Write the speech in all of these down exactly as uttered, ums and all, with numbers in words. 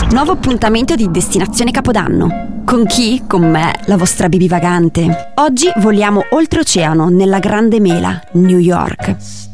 Nuovo appuntamento di Destinazione Capodanno. Con chi? Con me, la vostra Bibi vagante. Oggi voliamo oltreoceano, nella Grande Mela, New York.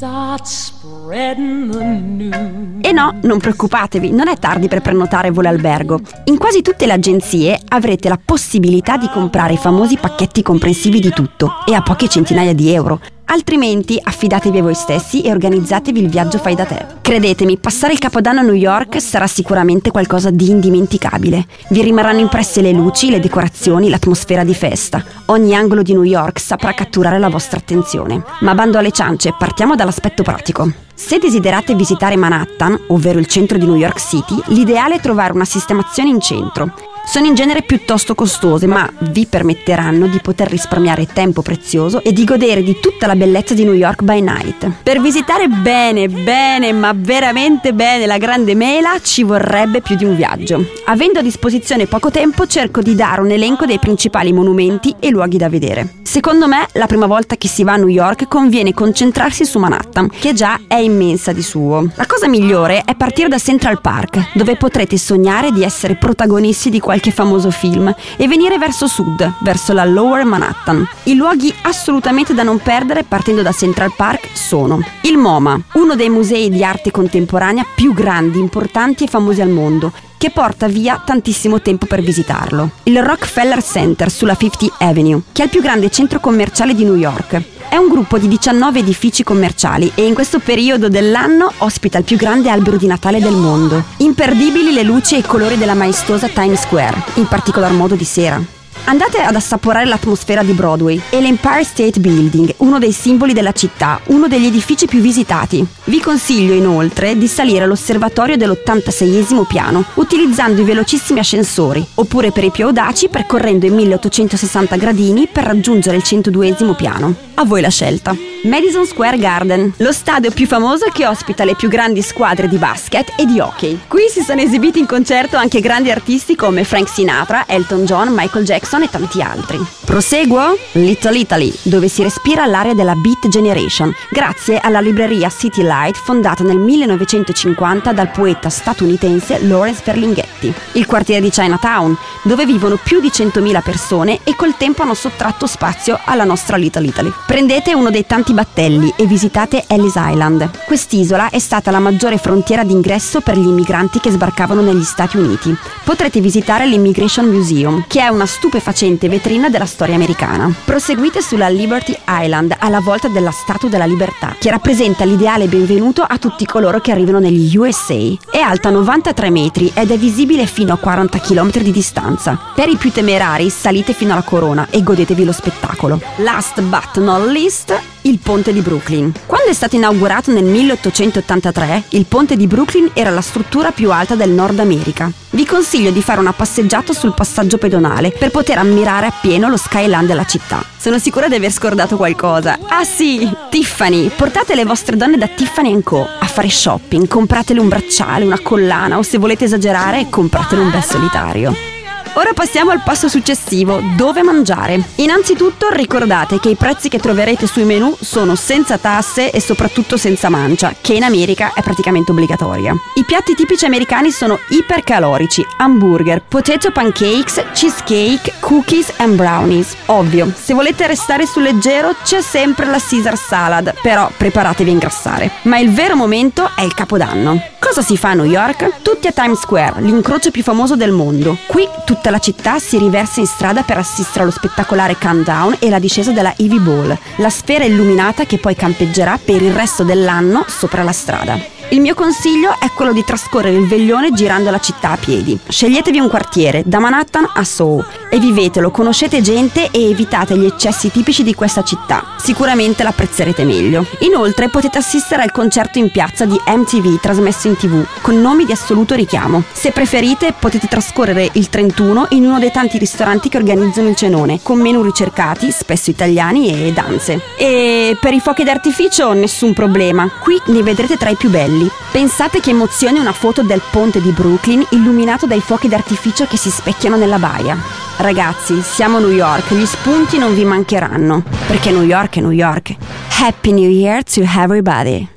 E no, non preoccupatevi, non è tardi per prenotare volo albergo. In quasi tutte le agenzie avrete la possibilità di comprare i famosi pacchetti comprensivi di tutto e a poche centinaia di euro. Altrimenti affidatevi a voi stessi e organizzatevi il viaggio fai da te. Credetemi, passare il Capodanno a New York sarà sicuramente qualcosa di indimenticabile. Vi rimarranno impresse le luci, le decorazioni, l'atmosfera di festa. Ogni angolo di New York saprà catturare la vostra attenzione. Ma bando alle ciance, partiamo dall'aspetto pratico. Se desiderate visitare Manhattan, ovvero il centro di New York City, l'ideale è trovare una sistemazione in centro. Sono in genere piuttosto costose, ma vi permetteranno di poter risparmiare tempo prezioso e di godere di tutta la bellezza di New York by night. Per visitare bene, bene, ma veramente bene la Grande Mela ci vorrebbe più di un viaggio. Avendo a disposizione poco tempo, cerco di dare un elenco dei principali monumenti e luoghi da vedere. Secondo me, la prima volta che si va a New York conviene concentrarsi su Manhattan, che già è immensa di suo. La cosa migliore è partire da Central Park, dove potrete sognare di essere protagonisti di qualche qualche famoso film e venire verso sud, verso la Lower Manhattan. I luoghi assolutamente da non perdere partendo da Central Park sono il MoMA, uno dei musei di arte contemporanea più grandi, importanti e famosi al mondo, che porta via tantissimo tempo per visitarlo. Il Rockefeller Center sulla Fifth Avenue, che è il più grande centro commerciale di New York. È un gruppo di diciannove edifici commerciali e in questo periodo dell'anno ospita il più grande albero di Natale del mondo. Imperdibili le luci e i colori della maestosa Times Square, in particolar modo di sera. Andate ad assaporare l'atmosfera di Broadway e l'Empire State Building, uno dei simboli della città, uno degli edifici più visitati. Vi consiglio inoltre di salire all'osservatorio dell'ottantaseiesimo piano utilizzando i velocissimi ascensori, oppure per i più audaci percorrendo i milleottocentosessanta gradini per raggiungere il centoduesimo piano. A voi la scelta. Madison Square Garden, lo stadio più famoso che ospita le più grandi squadre di basket e di hockey. Qui si sono esibiti in concerto anche grandi artisti come Frank Sinatra, Elton John, Michael Jackson e tanti altri. Proseguo? Little Italy, dove si respira l'aria della Beat Generation, grazie alla libreria City Light fondata nel millenovecentocinquanta dal poeta statunitense Lawrence Ferlinghetti. Il quartiere di Chinatown, dove vivono più di centomila persone e col tempo hanno sottratto spazio alla nostra Little Italy. Prendete uno dei tanti battelli e visitate Ellis Island. Quest'isola è stata la maggiore frontiera d'ingresso per gli immigranti che sbarcavano negli Stati Uniti. Potrete visitare l'Immigration Museum, che è una stupefacente vetrina della storia americana. Proseguite sulla Liberty Island, alla volta della Statua della Libertà, che rappresenta l'ideale benvenuto a tutti coloro che arrivano negli U S A. È alta novantatré metri ed è visibile fino a quaranta chilometri di distanza. Per i più temerari, salite fino alla corona e godetevi lo spettacolo. Last but not least, il ponte di Brooklyn. Quando è stato inaugurato nel milleottocentottantatré, il ponte di Brooklyn era la struttura più alta del Nord America. Vi consiglio di fare una passeggiata sul passaggio pedonale per poter ammirare appieno lo skyline della città. Sono sicura di aver scordato qualcosa. Ah sì, Tiffany! Portate le vostre donne da Tiffany and Co. a fare shopping, compratele un bracciale, una collana o se volete esagerare, compratele un bel solitario. Ora passiamo al passo successivo, dove mangiare. Innanzitutto ricordate che i prezzi che troverete sui menù sono senza tasse e soprattutto senza mancia, che in America è praticamente obbligatoria. I piatti tipici americani sono ipercalorici, hamburger, potato pancakes, cheesecake, cookies and brownies. Ovvio, se volete restare sul leggero c'è sempre la Caesar salad, però preparatevi a ingrassare. Ma il vero momento è il Capodanno. Cosa si fa a New York? Tutti a Times Square, l'incrocio più famoso del mondo. Qui tutta la città si riversa in strada per assistere allo spettacolare countdown e la discesa della Ivy Ball, la sfera illuminata che poi campeggerà per il resto dell'anno sopra la strada. Il mio consiglio è quello di trascorrere il veglione girando la città a piedi. Sceglietevi un quartiere, da Manhattan a Soho, e vivetelo, conoscete gente e evitate gli eccessi tipici di questa città. Sicuramente l'apprezzerete meglio. Inoltre potete assistere al concerto in piazza di M T V trasmesso in tv, con nomi di assoluto richiamo. Se preferite potete trascorrere il trentuno in uno dei tanti ristoranti che organizzano il cenone, con menù ricercati, spesso italiani e danze. E per i fuochi d'artificio nessun problema, qui ne vedrete tra i più belli. Pensate che emozioni una foto del ponte di Brooklyn illuminato dai fuochi d'artificio che si specchiano nella baia. Ragazzi, siamo a New York, gli spunti non vi mancheranno, perché New York è New York. Happy New Year to everybody!